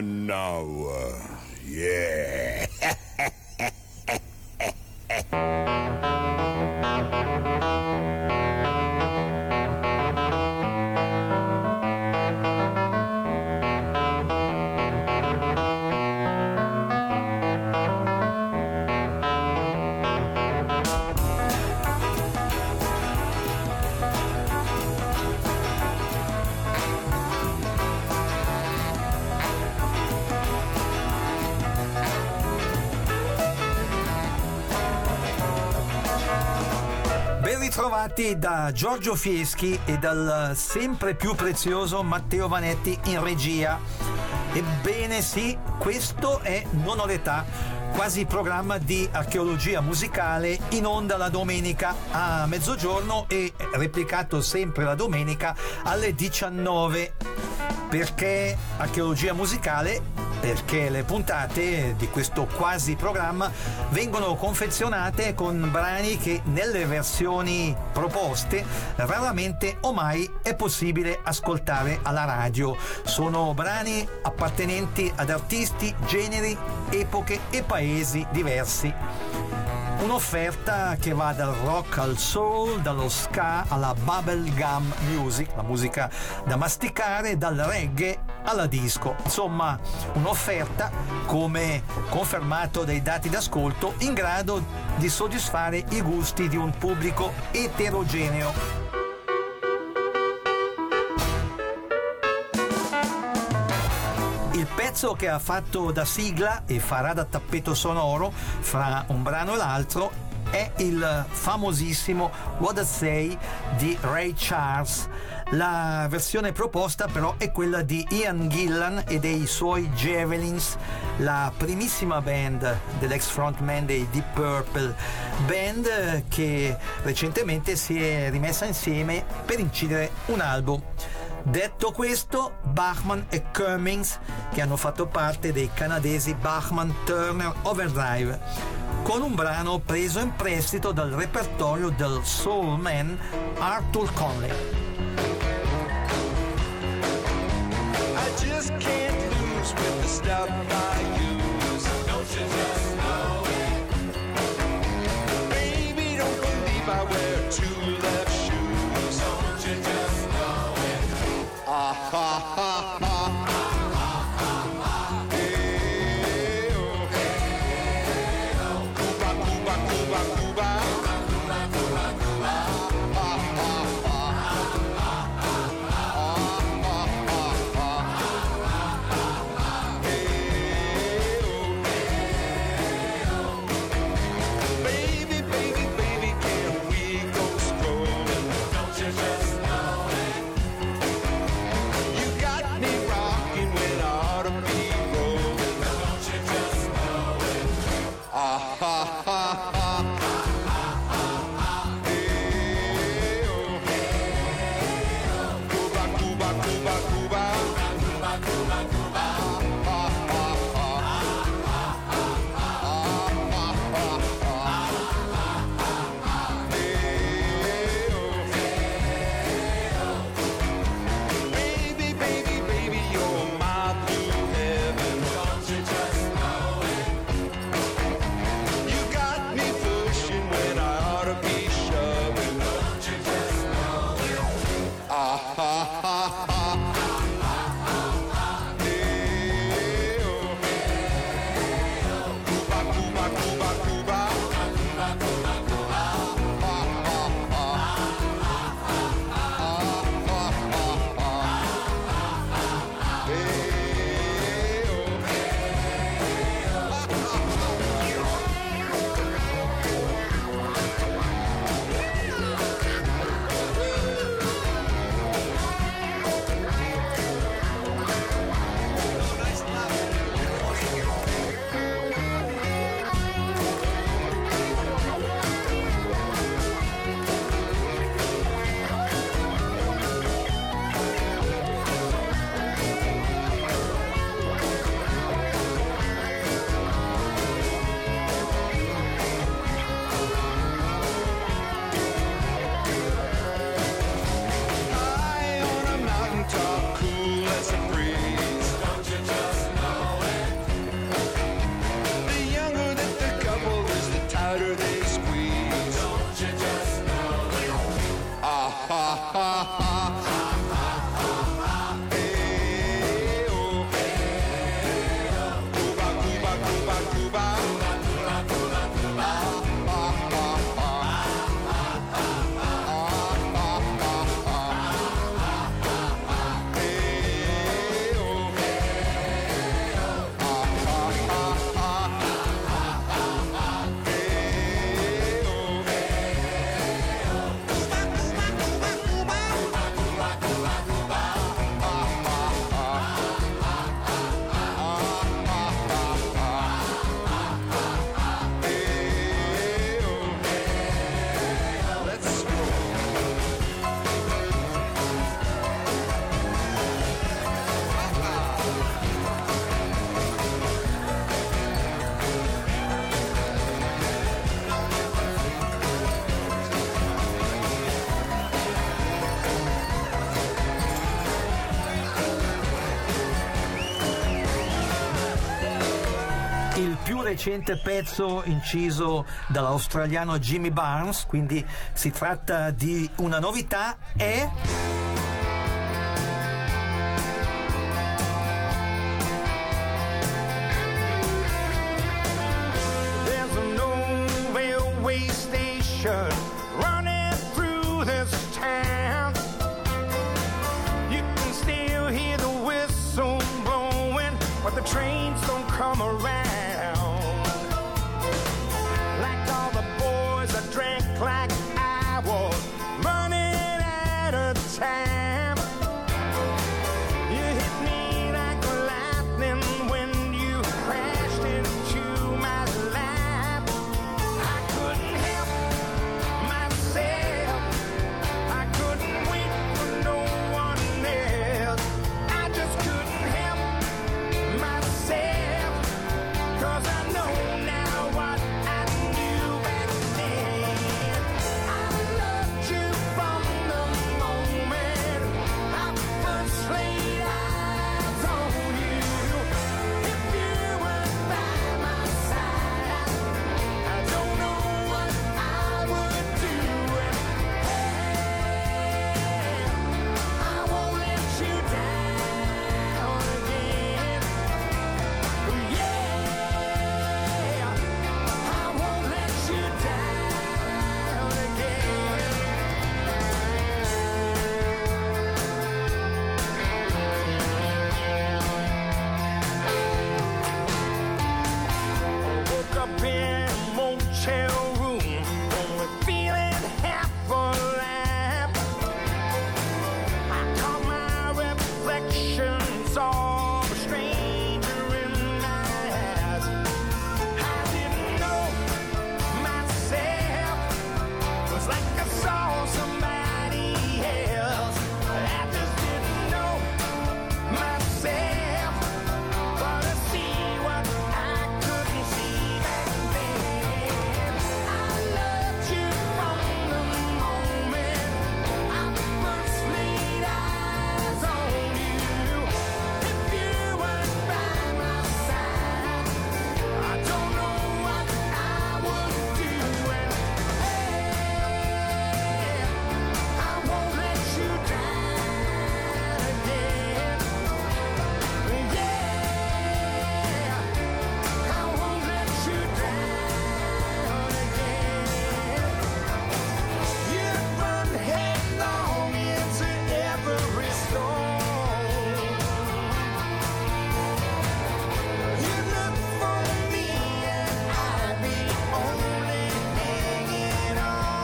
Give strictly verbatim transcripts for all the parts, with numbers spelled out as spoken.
And now, uh, yeah. Ritrovati da Giorgio Fieschi e dal sempre più prezioso Matteo Vanetti in regia. Ebbene sì, questo è Non ho l'età, quasi programma di archeologia musicale in onda la domenica a mezzogiorno e replicato sempre la domenica alle diciannove. Perché archeologia musicale? Perché le puntate di questo quasi programma vengono confezionate con brani che nelle versioni proposte raramente o mai è possibile ascoltare alla radio. Sono brani appartenenti ad artisti, generi, epoche e paesi diversi. Un'offerta che va dal rock al soul, dallo ska alla bubblegum music, la musica da masticare, dal reggae alla disco. Insomma, un'offerta, come confermato dai dati d'ascolto, in grado di soddisfare i gusti di un pubblico eterogeneo. Il pezzo che ha fatto da sigla e farà da tappeto sonoro fra un brano e l'altro è il famosissimo What I Say di Ray Charles. La versione proposta però è quella di Ian Gillan e dei suoi Javelins, la primissima band dell'ex frontman dei Deep Purple, band che recentemente si è rimessa insieme per incidere un album. Detto questo, Bachman e Cummings, che hanno fatto parte dei canadesi Bachman Turner Overdrive, con un brano preso in prestito dal repertorio del soul man Arthur Conley. I just can't lose with the stuff I use. Don't you just know it? Baby, don't believe I wear two left shoes. Don't you just know it? Ah ha ha ha. You got più recente pezzo inciso dall'australiano Jimmy Barnes, quindi si tratta di una novità, è There's an old railway station running through this town. You can still hear the whistle blowing, but the trains don't come around. Like all the boys that drank like I was, running out of time. You hit me like lightning when you crashed into my lap. I couldn't help myself. I couldn't wait for no one else. I just couldn't help myself. 'Cause I know now what I knew back then. I loved you from the moment I first laid eyes on you. If you weren't by my side, I don't know what I would do. And hey, I won't let you down again. Yeah, I won't let you down again. I woke up in a motel room, only feeling half alive. I caught my reflection, saw a stranger in my eyes. I didn't know myself, was like I saw somebody else. I just didn't know myself, but I see what I couldn't see back then. I loved you from the moment I first laid eyes on you. If you weren't by my side, I don't know what I would do. And hey, I won't let you down again. Yeah, I won't let you down again. You'd run headlong into every storm. You look for me and I'd be only hanging on.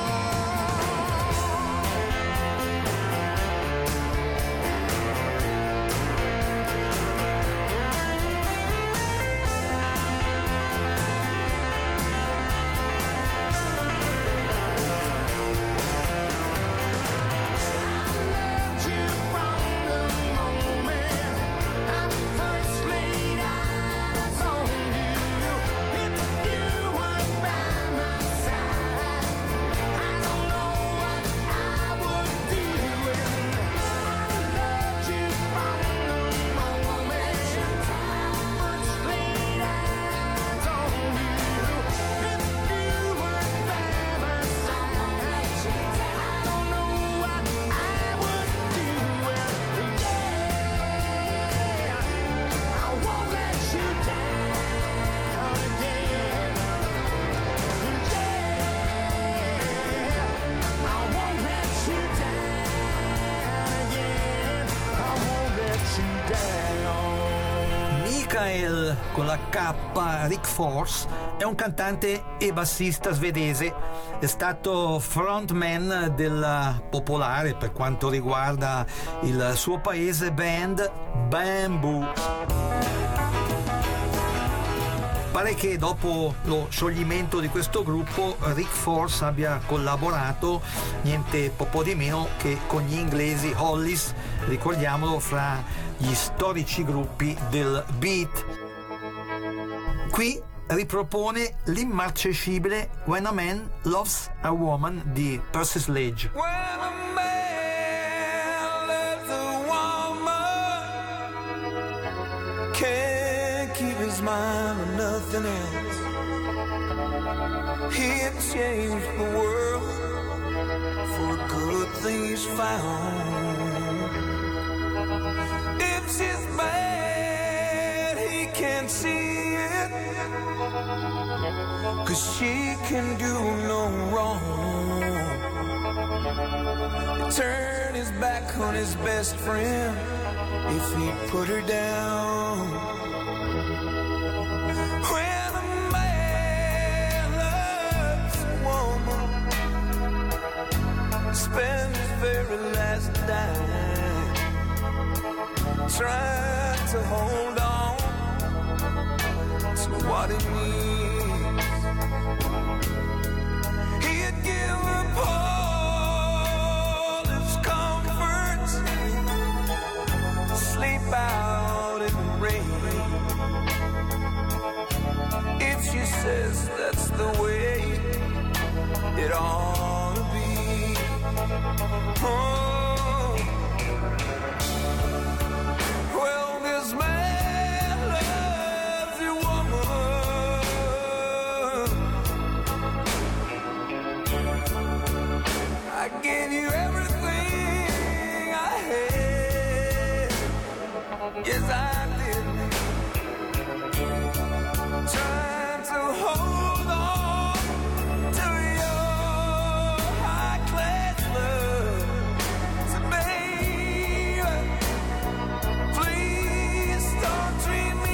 Loved you from the moment I first laid eyes on you. If you weren't by my side, I don't know what I would do. And I loved you from the moment I first laid eyes on you. If you weren't by my side, I don't know what I would do. And yeah, I won't let you down again. Yeah, I won't let you down again. I won't let you down. Mikael con la K, Rick Force, è un cantante e bassista svedese. È stato frontman della popolare, per quanto riguarda il suo paese, band Bamboo. Pare che dopo lo scioglimento di questo gruppo Rick Force abbia collaborato niente po' di meno che con gli inglesi Hollies, ricordiamolo, fra gli storici gruppi del beat. Qui ripropone l'immarcescibile When a Man Loves a Woman di Percy Sledge. When a man loves a woman, can't keep his his mind on nothing else. He'd changed the world for good things found. If she's bad, he can't see it, 'cause she can do no wrong. Turn his back on his best friend if he put her down. When a man loves a woman, spends his very last dime trying to hold on to what he needs. He'd give up all his comforts, sleep out in the rain, if she says that's the way it ought to be. Oh, well, this man loves a woman. I gave you everything I had. Yes, I did. Trying to hold on to your high-class love. So, baby, please don't treat me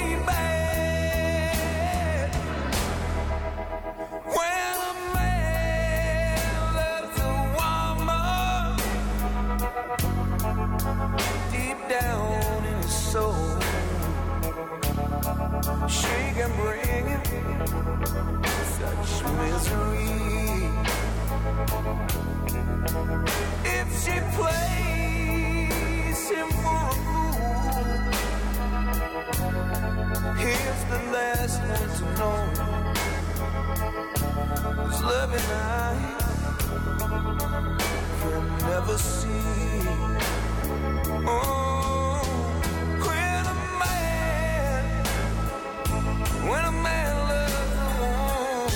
bad. When a man loves a woman, deep down in his soul, she can bring him such misery. If she plays him for a fool, he's the last one to know his loving eyes can never see. Oh, when a man, when a man loves a woman,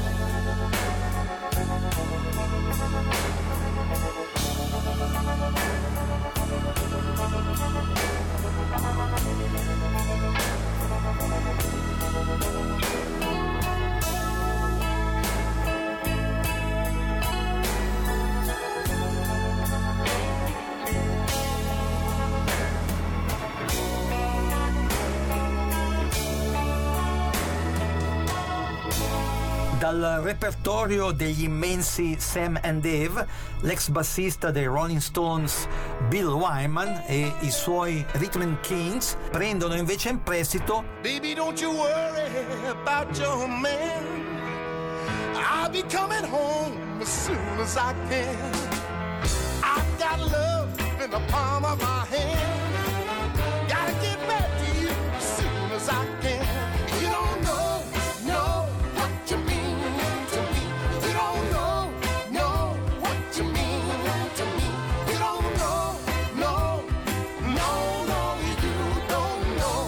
Dal repertorio degli immensi Sam and Dave, l'ex bassista dei Rolling Stones Bill Wyman e i suoi Rhythm Kings prendono invece in prestito Baby, don't you worry about your man. I'll be coming home as soon as I can. I've got love in the palm of my hand. Gotta get back to you as soon as I can. You don't know, know what you mean to me. You don't know, know what you mean to me. You don't know, know, no, no, you don't know.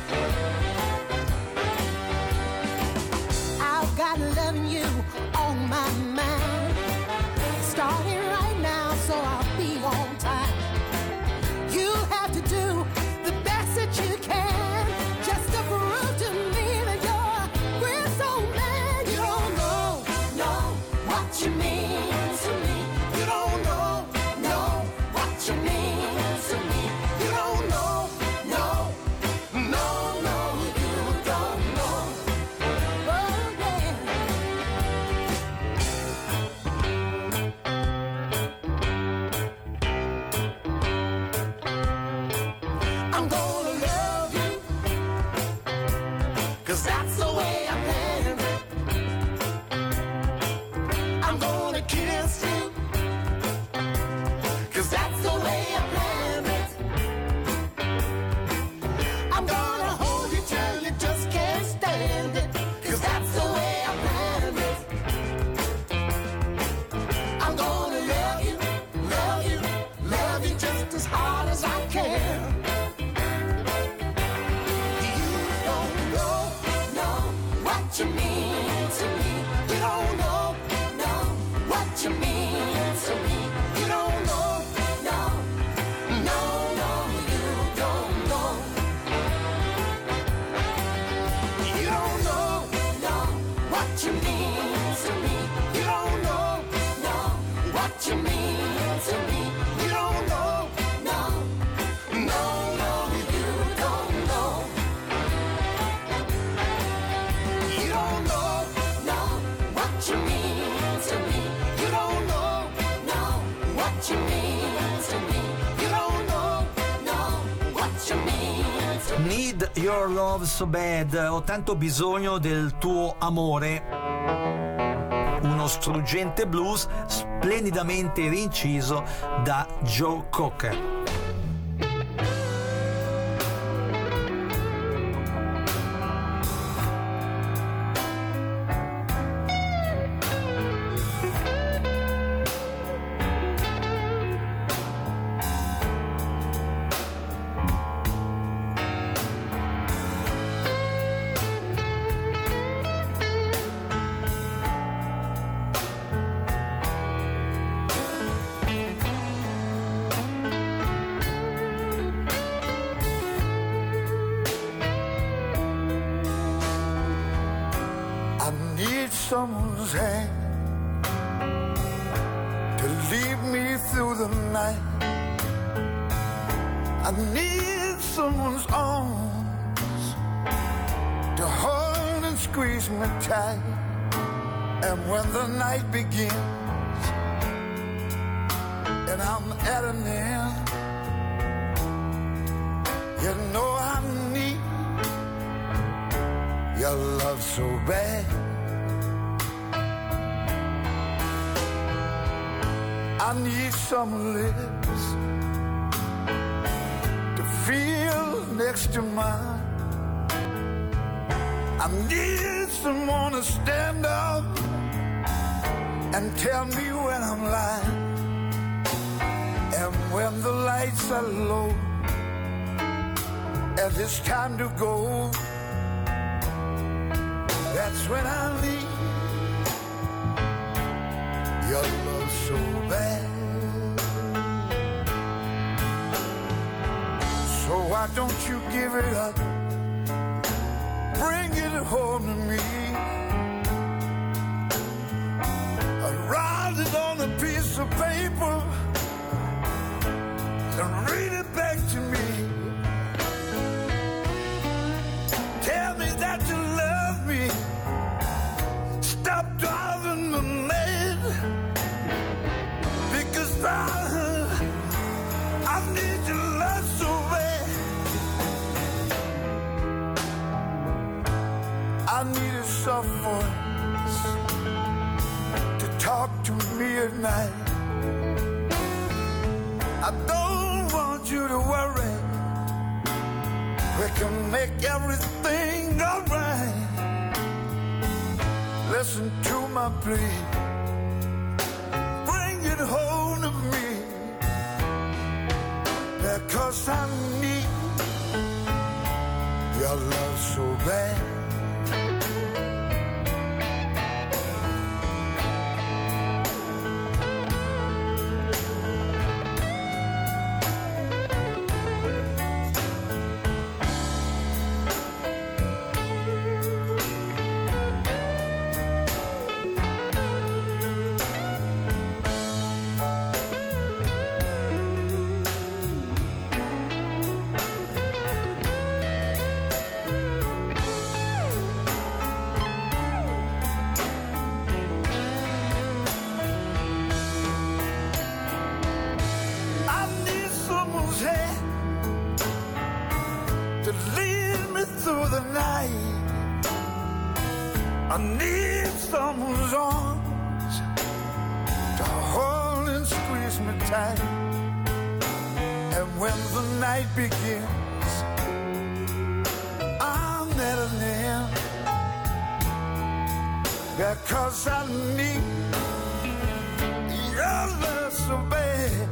I've got loving you on my mind. Starting right now, so I'll be on time. You have mean to me. You don't know, no, what you mean to me. You don't know, no, no, no, you don't know. You don't know, no, what you mean to me. You don't know, no, what you mean to me. You don't know, no, what you mean to me. Need Your Love So Bad, ho tanto bisogno del tuo amore. Uno struggente blues splendidamente rinciso da Joe Cocker. Someone's hand to lead me through the night. I need someone's arms to hold and squeeze me tight. And when the night begins and I'm at an end, you know I need your love so bad. I need some lips to feel next to mine. I need someone to stand up and tell me when I'm lying. And when the lights are low and it's time to go, that's when I need your love so bad. So why don't you give it up? Bring it home to me. I'd write it on a piece of paper and read it back to me. Tell me that you love me. Stop driving me mad. Because I, I need your love so bad. I need a soft voice to talk to me at night. I don't want you to worry. We can make everything alright. Listen to my plea. Bring it home to me. Because I need your love so bad. I need someone's arms to hold and squeeze me tight. And when the night begins, I'm at an end. Because I need your love so bad.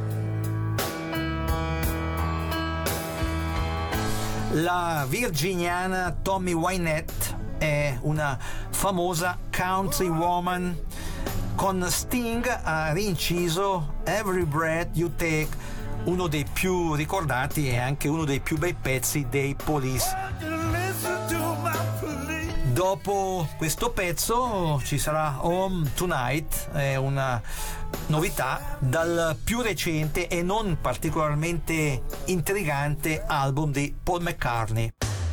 La virginiana Tammy Wynette è una famosa country woman. Con Sting ha rinciso Every Breath You Take, uno dei più ricordati e anche uno dei più bei pezzi dei Police. Dopo questo pezzo ci sarà Home Tonight, è una novità dal più recente e non particolarmente intrigante album di Paul McCartney.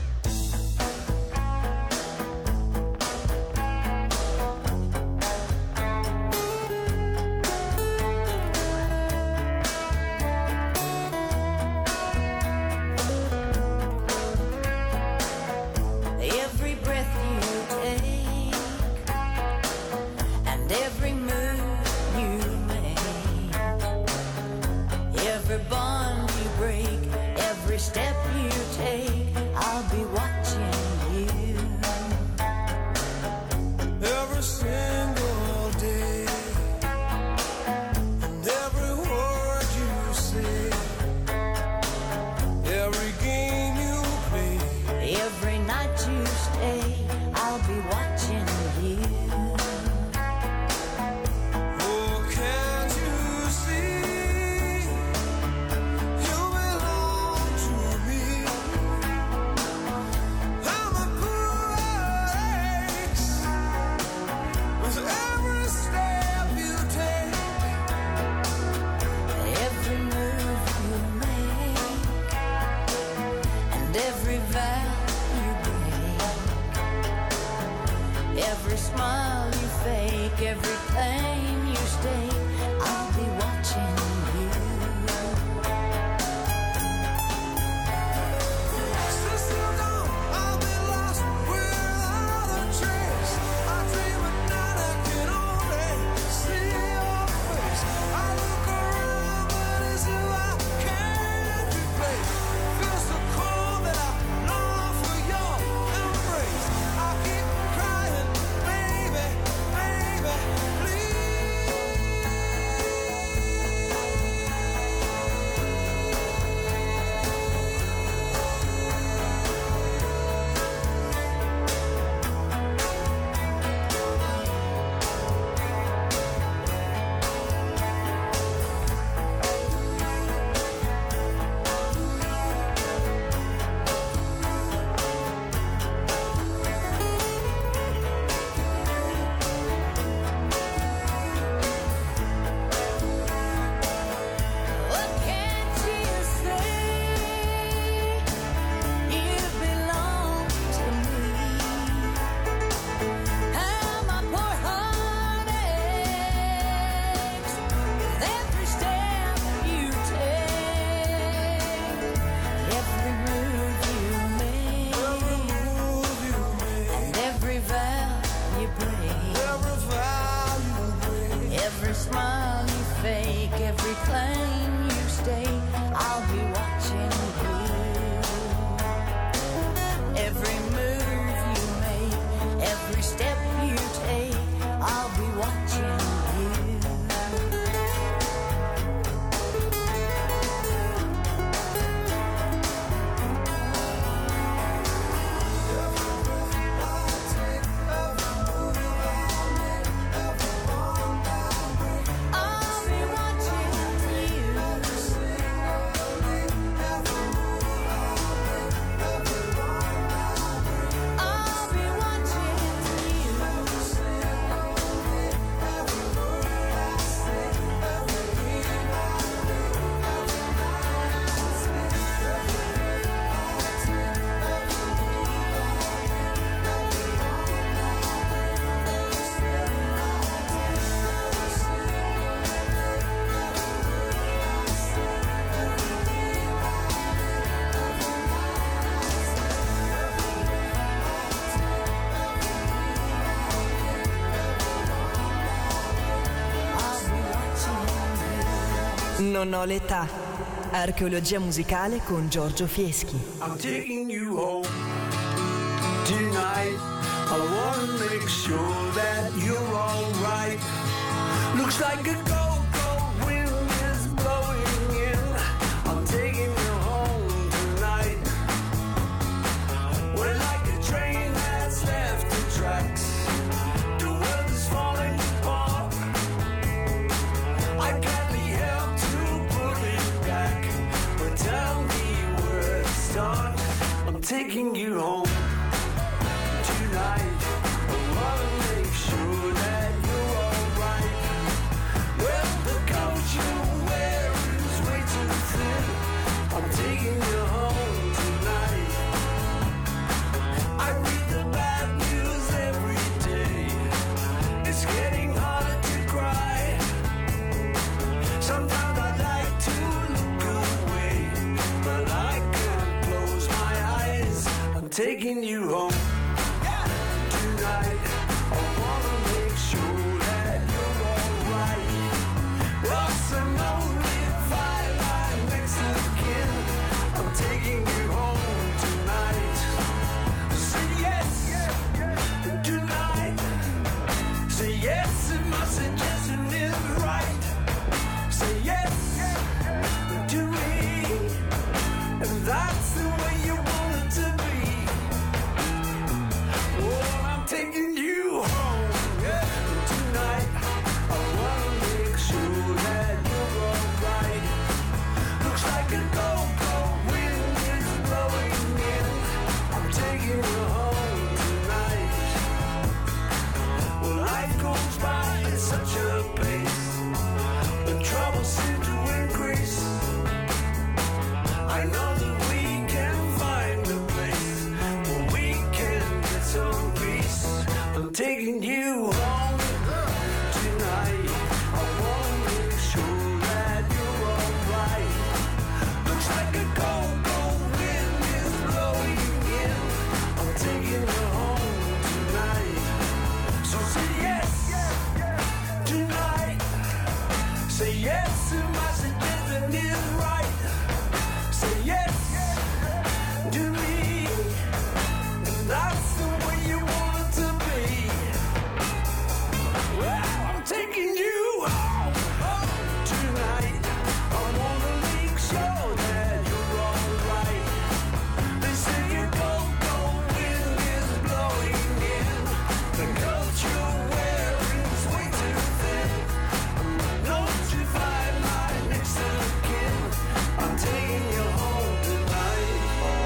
Non ho l'età. Archeologia musicale con Giorgio Fieschi. I'm taking you home tonight. I wanna make sure that you're alright. Looks like a go-go wind is blowing in. I'm taking you home tonight. We're like a train that's left the tracks. The world is falling apart. I can't help to put it back. But tell me where to start. I'm taking you home tonight. taking you home tonight. I wanna make sure that you're alright. What's a lonely fire line next to kin? I'm taking you home tonight. Say yes tonight. Say yes if my suggestion is right. Say yes to me, and that's the way you want it to be. Oh, I'm taking you home tonight. I wanna make sure that you're alright. Looks like a go-go wind is blowing in. I'm taking you home tonight. Well, life goes by at such a pace, the troubles seem to increase. I know that we can find a place where we can get some peace. I'm taking you home tonight. I wanna make sure that you're alright. Looks like a go-go wind is blowing in. I'm taking you home tonight. So say yes tonight. Say yes if my suggestion is right. Say yes to me, and that's the way you want it to be. Well, I'm taking you home tonight. I wanna make sure that you're alright. They say your go-go wind is blowing in. The coat you're wearing is way too thin. Don't you find my next of kin? I'm taking you home tonight.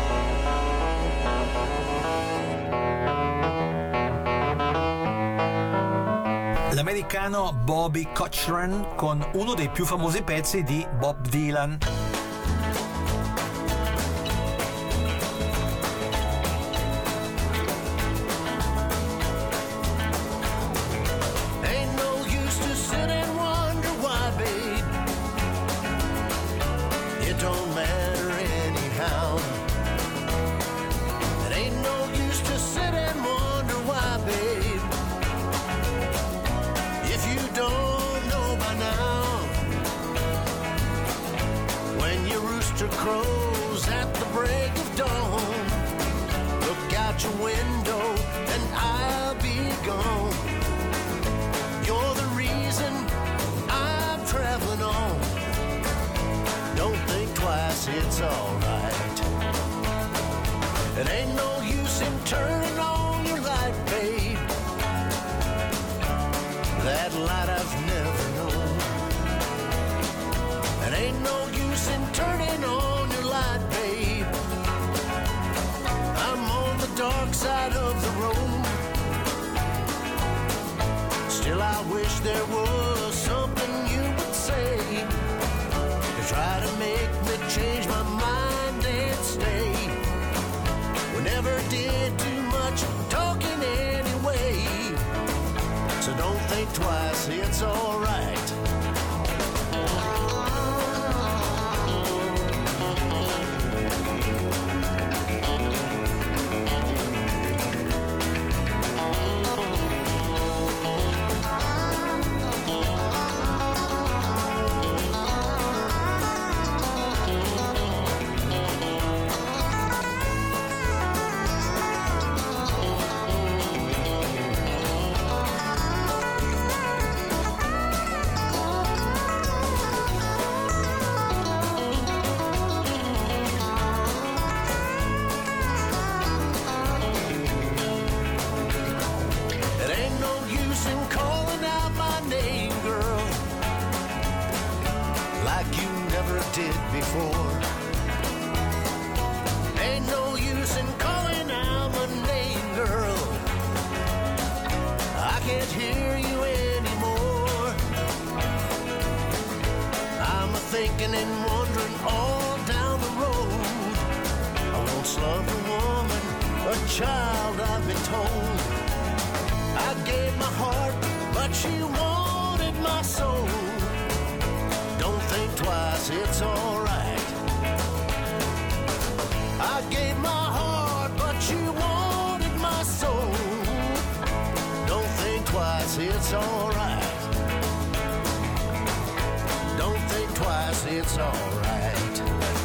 L'americano Bobby Cochran con uno dei più famosi pezzi di Bob Dylan. Ain't no use to sit and wonder why, babe. It don't matter anyhow. It ain't no use to sit and wonder why, babe. If you don't know by now, when your rooster crows at the break of dawn, look out your window and I'll be gone. You're the reason I'm traveling on. Don't think twice, it's alright. It ain't no use in turning on your light, babe. That light I've never known. It ain't no use in turning on your light, babe. I'm on the dark side of the road. Still I wish there was something you would say to try to make me change my mind and stay. We never did too much talking anyway, so don't think twice, it's alright. Did before. Ain't no use in calling out my name, girl. I can't hear you anymore. I'm a thinking and wondering all down the road. I once loved a woman, a child I've been told. I gave my heart, but she wanted my soul. Don't think twice, it's alright. I gave my heart, but you it's alright. Don't think twice, it's alright.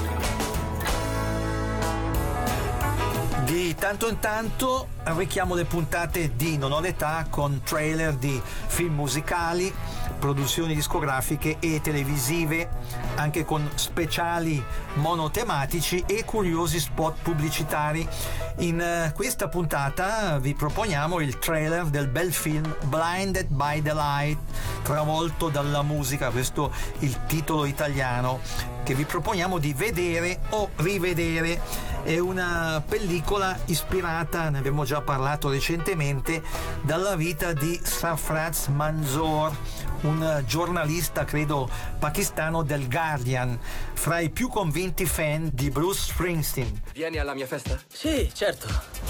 Di tanto in tanto arricchiamo le puntate di Non ho l'età con trailer di film musicali, produzioni discografiche e televisive, anche con speciali monotematici e curiosi spot pubblicitari. In uh, questa puntata vi proponiamo il trailer del bel film Blinded by the Light, travolto dalla musica, questo il titolo italiano, che vi proponiamo di vedere o rivedere. È una pellicola ispirata, ne abbiamo già parlato recentemente, dalla vita di Sarfraz Manzoor, un giornalista, credo pakistano, del Guardian, fra i più convinti fan di Bruce Springsteen. Vieni alla mia festa? Sì, certo.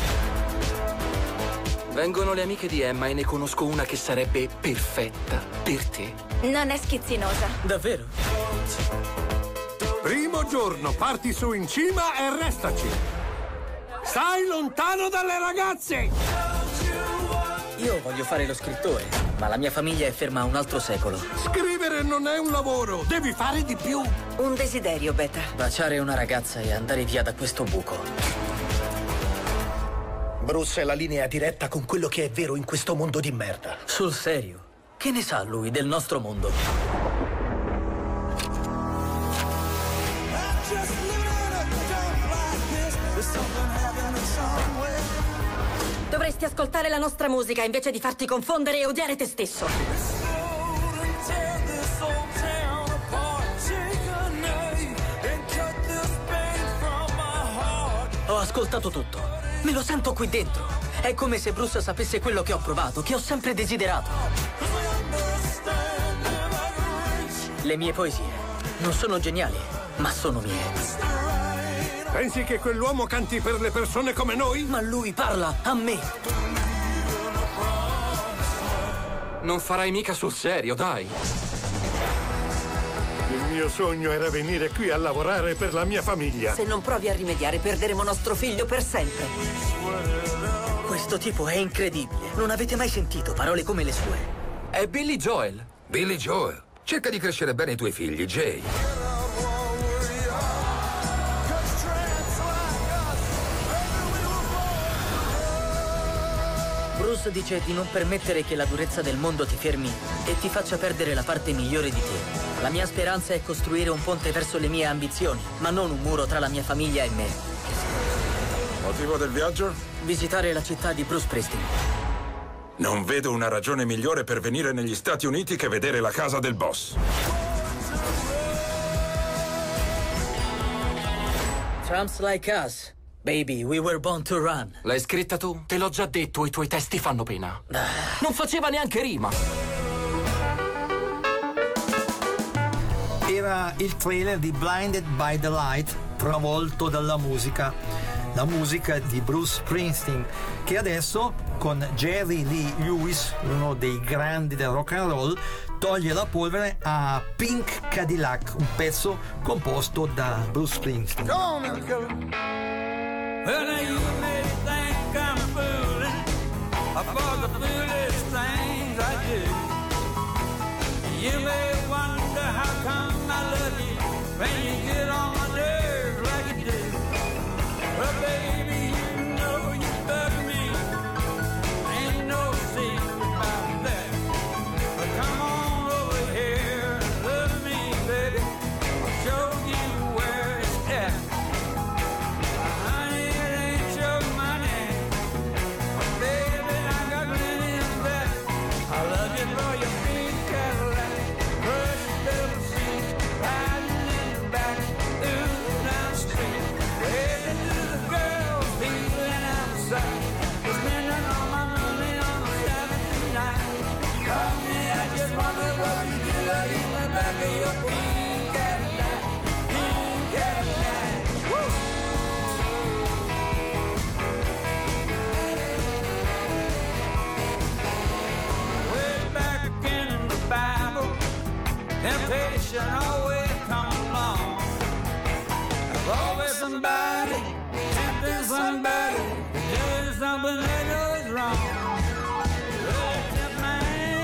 Vengono le amiche di Emma e ne conosco una che sarebbe perfetta per te. Non è schizzinosa. Davvero? Primo giorno, parti su in cima e restaci. Stai lontano dalle ragazze! Io voglio fare lo scrittore, ma la mia famiglia è ferma a un altro secolo. Scrivere non è un lavoro, devi fare di più. Un desiderio, Beta. Baciare una ragazza e andare via da questo buco. Bruce è la linea diretta con quello che è vero in questo mondo di merda. Sul serio? Che ne sa lui del nostro mondo? Dovresti ascoltare la nostra musica invece di farti confondere e odiare te stesso. Ho ascoltato tutto. Me lo sento qui dentro. È come se Bruce sapesse quello che ho provato, che ho sempre desiderato. Le mie poesie non sono geniali, ma sono mie. Pensi che quell'uomo canti per le persone come noi? Ma lui parla a me. Non farai mica sul serio, dai. Il mio sogno era venire qui a lavorare per la mia famiglia. Se non provi a rimediare, perderemo nostro figlio per sempre. Questo tipo è incredibile. Non avete mai sentito parole come le sue. È Billy Joel. Billy Joel. Cerca di crescere bene i tuoi figli, Jay. Bruce dice di non permettere che la durezza del mondo ti fermi e ti faccia perdere la parte migliore di te. La mia speranza è costruire un ponte verso le mie ambizioni, ma non un muro tra la mia famiglia e me. Motivo del viaggio? Visitare la città di Bruce Springsteen. Non vedo una ragione migliore per venire negli Stati Uniti che vedere la casa del boss. Tramps like us. Baby, we were born to run. L'hai scritta tu? Te l'ho già detto, i tuoi testi fanno pena. Non faceva neanche rima. Era il trailer di Blinded by the Light, travolto dalla musica. La musica di Bruce Springsteen, che adesso, con Jerry Lee Lewis, uno dei grandi del rock and roll, toglie la polvere a Pink Cadillac, un pezzo composto da Bruce Springsteen. Well, now you may think I'm fooling about the foolish things I do. You may wonder how come I love you when you get on my nerves like you do. Well, baby, you know you bug me. Ain't no secret about that. But come on over here and love me, baby. I'll show you where it's at. Temptation always comes along. There's always somebody tempting somebody, doing something they know is wrong. Well, tempt man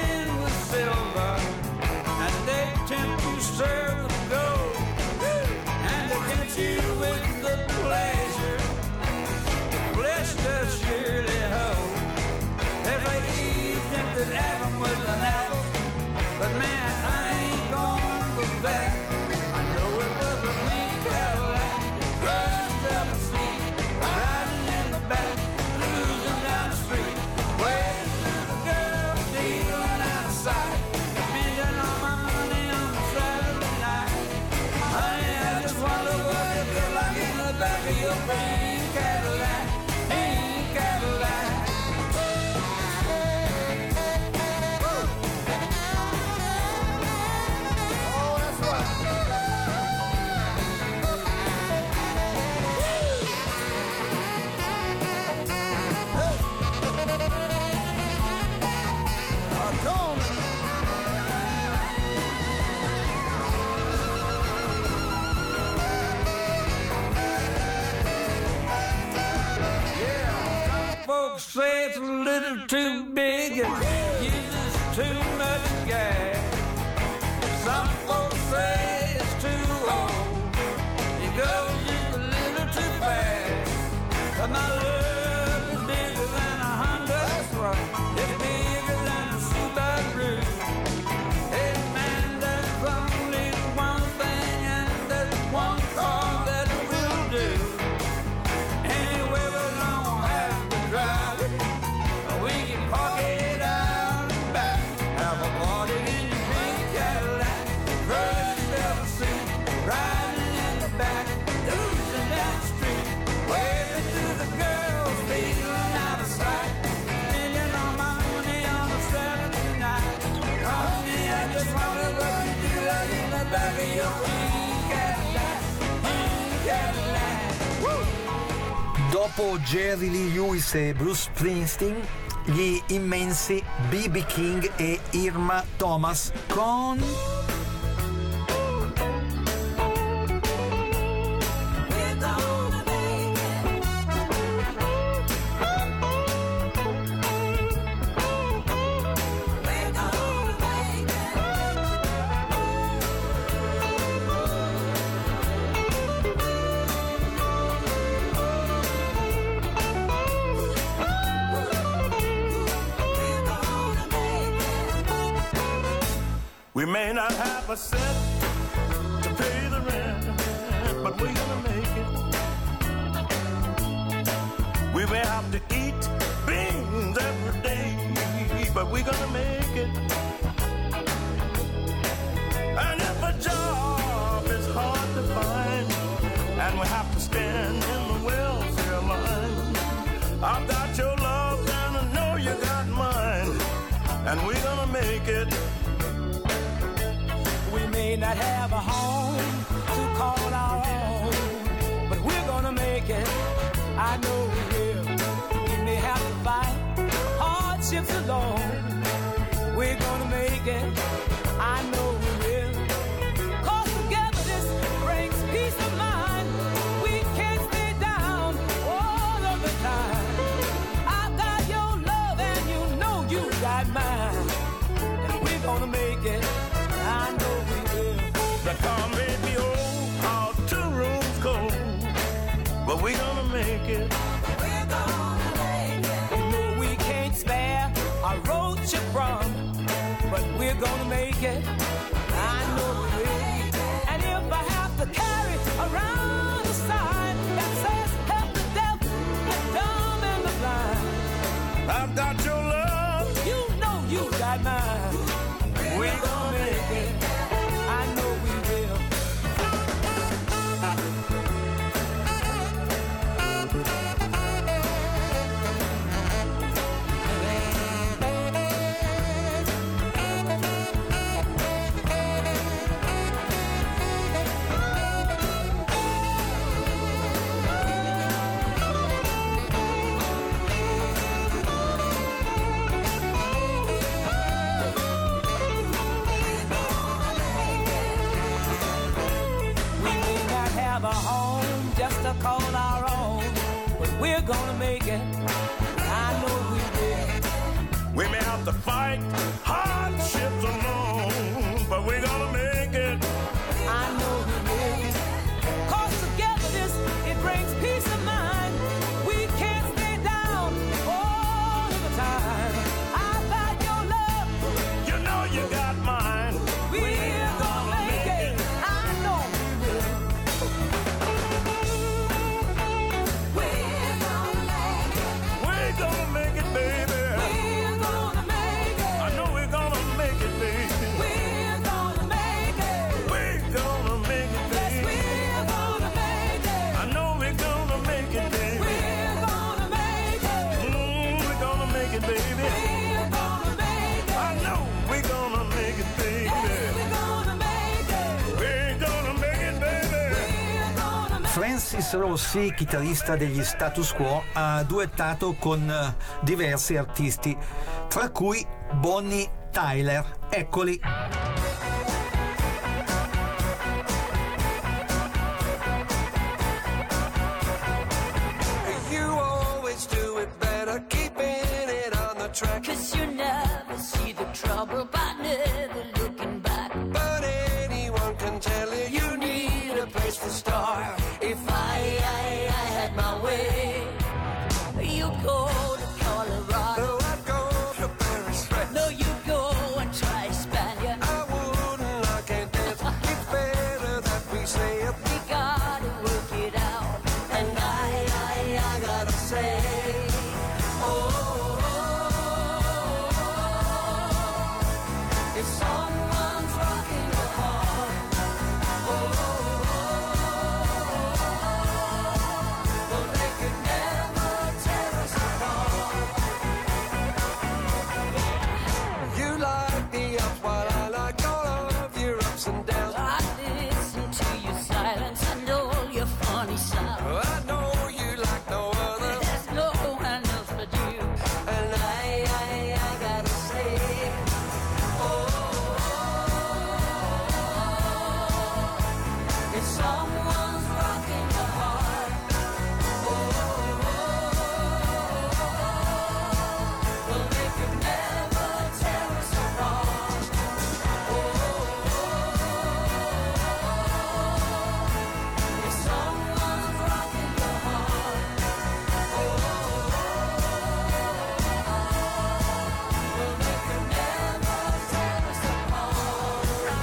folks say it's a little too big and uses too much gas. Some folks say it's too old, it goes just a little too fast. But my love is bigger than a Honda truck, it's bigger than a Subaru. Hey man, there's only one thing and there's one car that will do. Anyway, we don't have to drive it, we can park it out and back. Have a party in your big Cadillac, crush down the seat, riding in the back, losing down the street, waving to the girls, feeling out of sight, spending all my money on a Saturday night. Honey, I just wonder what you do right in the back of your big Cadillac, big Cadillac. Woo! Dopo Jerry Lee Lewis e Bruce Springsteen, gli immensi B B King e Irma Thomas con We may not have a cent to pay the rent, but we're gonna make it. We may have to eat beans every day, but we're gonna make it. And if a job is hard to find, and we have to stand in the welfare line, I've got your love and I know you got mine, and we're gonna make it. We may not have a home to call our own, but we're gonna make it. I know we will. We may have to fight hardships alone. We're gonna make it. I know we will. 'Cause togetherness brings peace of mind. We can't stay down all of the time. I got your love and you know you got mine, and we're gonna make it. I know we will. The car may be old, our two rooms cold, but we're gonna make it. We're gonna make it. You know we can't spare a roach from, but we're gonna make it. I know we will. And if I have to carry around a sign that says help the deaf, the dumb and the blind, I've got your love, you know you got mine. We're gonna make it. I know we will. A home just to call our own, but we're gonna make it. I know we will. We may have to fight hardships alone, but we're gonna make it. I know we will. 'Cause togetherness, it brings peace of mind. We can't stay down all of the time. I got your love, you know you got mine. We're gonna make it. I know we will. We're gonna make it, baby. We're gonna make it. I know we're gonna make it, baby. We're gonna make it. We're gonna make it, baby. Yes, we're gonna make it. I know we're gonna make it, baby. We're gonna make it. Mm, we're gonna make it, baby. We're gonna make it. I know we're gonna make it, baby. Yes, we're gonna make it. We're gonna make it, baby. We're gonna make it. Francis Rossi, chitarrista degli Status Quo, ha duettato con eh, diversi artisti, tra cui Bonnie Tyler. Eccoli. You always do it better. Keep track. Cause you never see the trouble by never looking back. But anyone can tell you you need a place to start. If I, I, I had my way, you go to Colorado. No, I'd go to Paris, right? No, you go and try Spania. I wouldn't, I can't dance. It's better that we say it. We gotta work it out. And I, I, I gotta say, oh, if someone's rocking your heart, oh, well, they could never tear us apart. you like the ups while I like all of your ups and downs. I listen to your silence and all your funny sounds. I know you like no other, There's no one else but you. and I, I, I gotta say, Oh, if someone's rocking your heart, oh, well, they could never tear us apart. Oh, if someone's rocking your heart, oh, well, they could never tear us apart.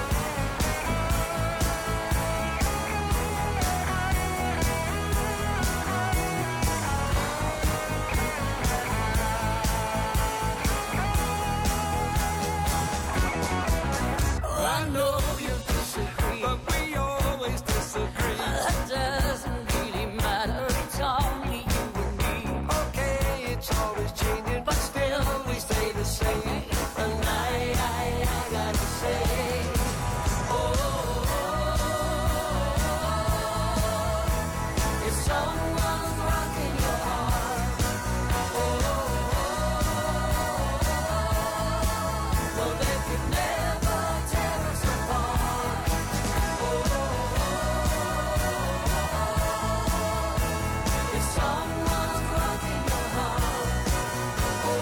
I know you disagree, but we always disagree. that doesn't really matter. It's only you and me. Okay, it's always changing, but still we stay the same. And I, I, I gotta say, oh, if someone's rocking your heart, oh, well, they could never tear us apart. Oh, if someone's rocking your heart, well,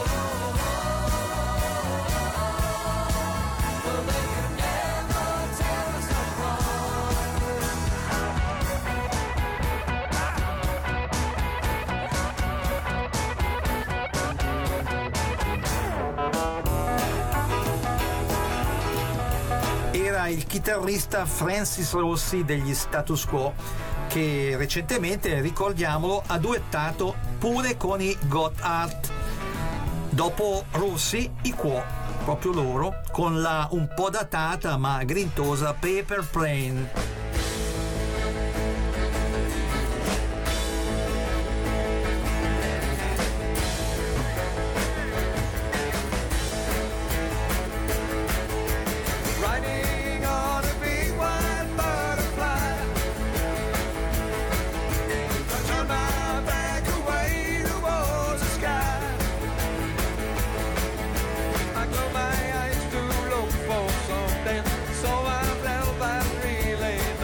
they could never tear us Era il chitarrista Francis Rossi degli Status Quo, che recentemente, ricordiamolo, ha duettato pure con i Gotthard. Dopo Rossi, i Quo, proprio loro, con la un po' datata ma grintosa Paper Plane. Riding on a big white butterfly, I turn my back away towards the sky. I close my eyes to look for something, so I fell back reeling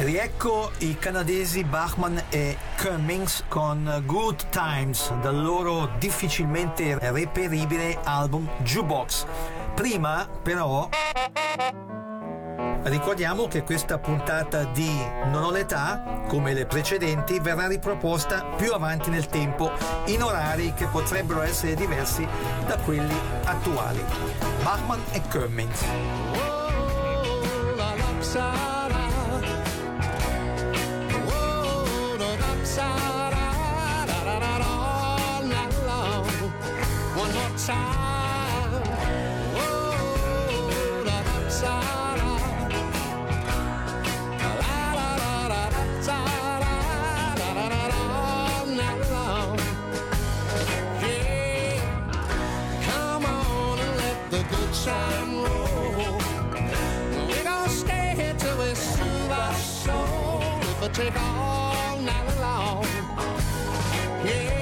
Riecco i canadesi Bachman e Cummings con Good Times dal loro difficilmente reperibile album Jukebox. Prima però ricordiamo che questa puntata di Non ho l'età, come le precedenti, verrà riproposta più avanti nel tempo in orari che potrebbero essere diversi da quelli attuali. Bachman e Cummings. One more time. Whoa, da da da da. La la la la da da da da da da da. Yeah, come on and let the good time roll. We're gonna stay here till we soothe our soul. If I take all night long. Yeah.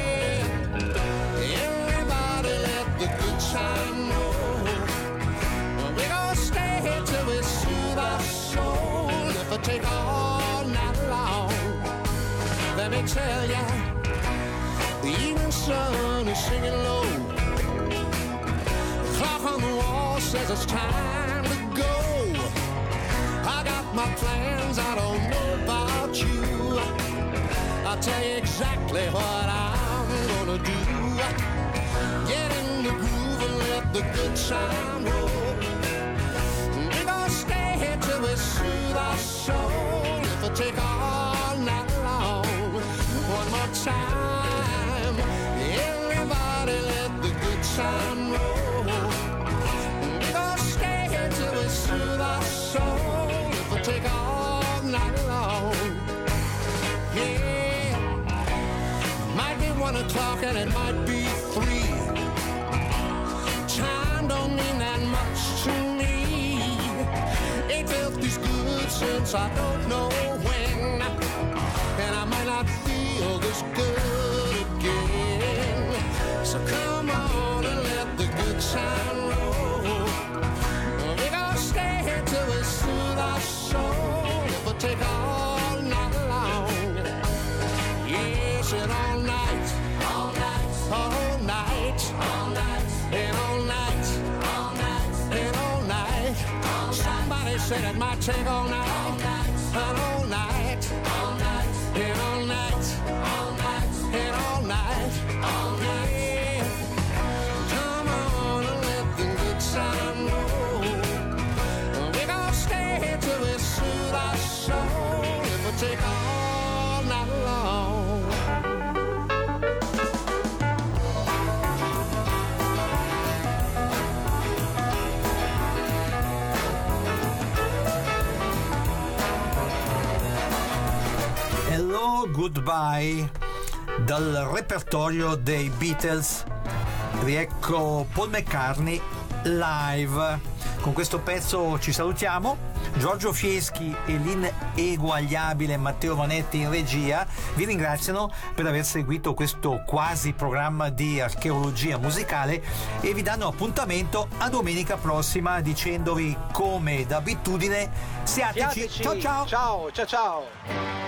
Time roll. We're gonna stay here till we soothe our soul. If I take all night long, let me tell ya, the evening sun is singing low. The clock on the wall says it's time to go. I got my plans, I don't know about you. I'll tell you exactly what I'm gonna do. Get in the groove and let the good time roll. We're gonna stay here till we soothe our soul. If I take all night long, one more time. Everybody let the good time roll. We're gonna stay here till we soothe our soul. If I take all night long. Yeah, might be one o'clock and it might be three. Time don't mean that much to me. Ain't felt this good since I don't know when. And I might not feel this good again. So come on and let the good time roll. We're gonna stay here till we soothe our soul. If I take all night long. Yes, and all night. All night. All night. All night. And all night, all night, and all night. All somebody night. Said it might take all night, all night, and all night, all night, and all night, all night, and all night, all night. Yeah. Come on and let the good time roll. We're gonna stay here till we soothe our soul. If we take all night long. Hello, Goodbye dal repertorio dei Beatles. Riecco Paul McCartney live. Con questo pezzo ci salutiamo. Giorgio Fieschi e l'ineguagliabile Matteo Vanetti in regia vi ringraziano per aver seguito questo quasi programma di archeologia musicale e vi danno appuntamento a domenica prossima dicendovi come d'abitudine siateci. Siateci. Ciao ciao ciao ciao ciao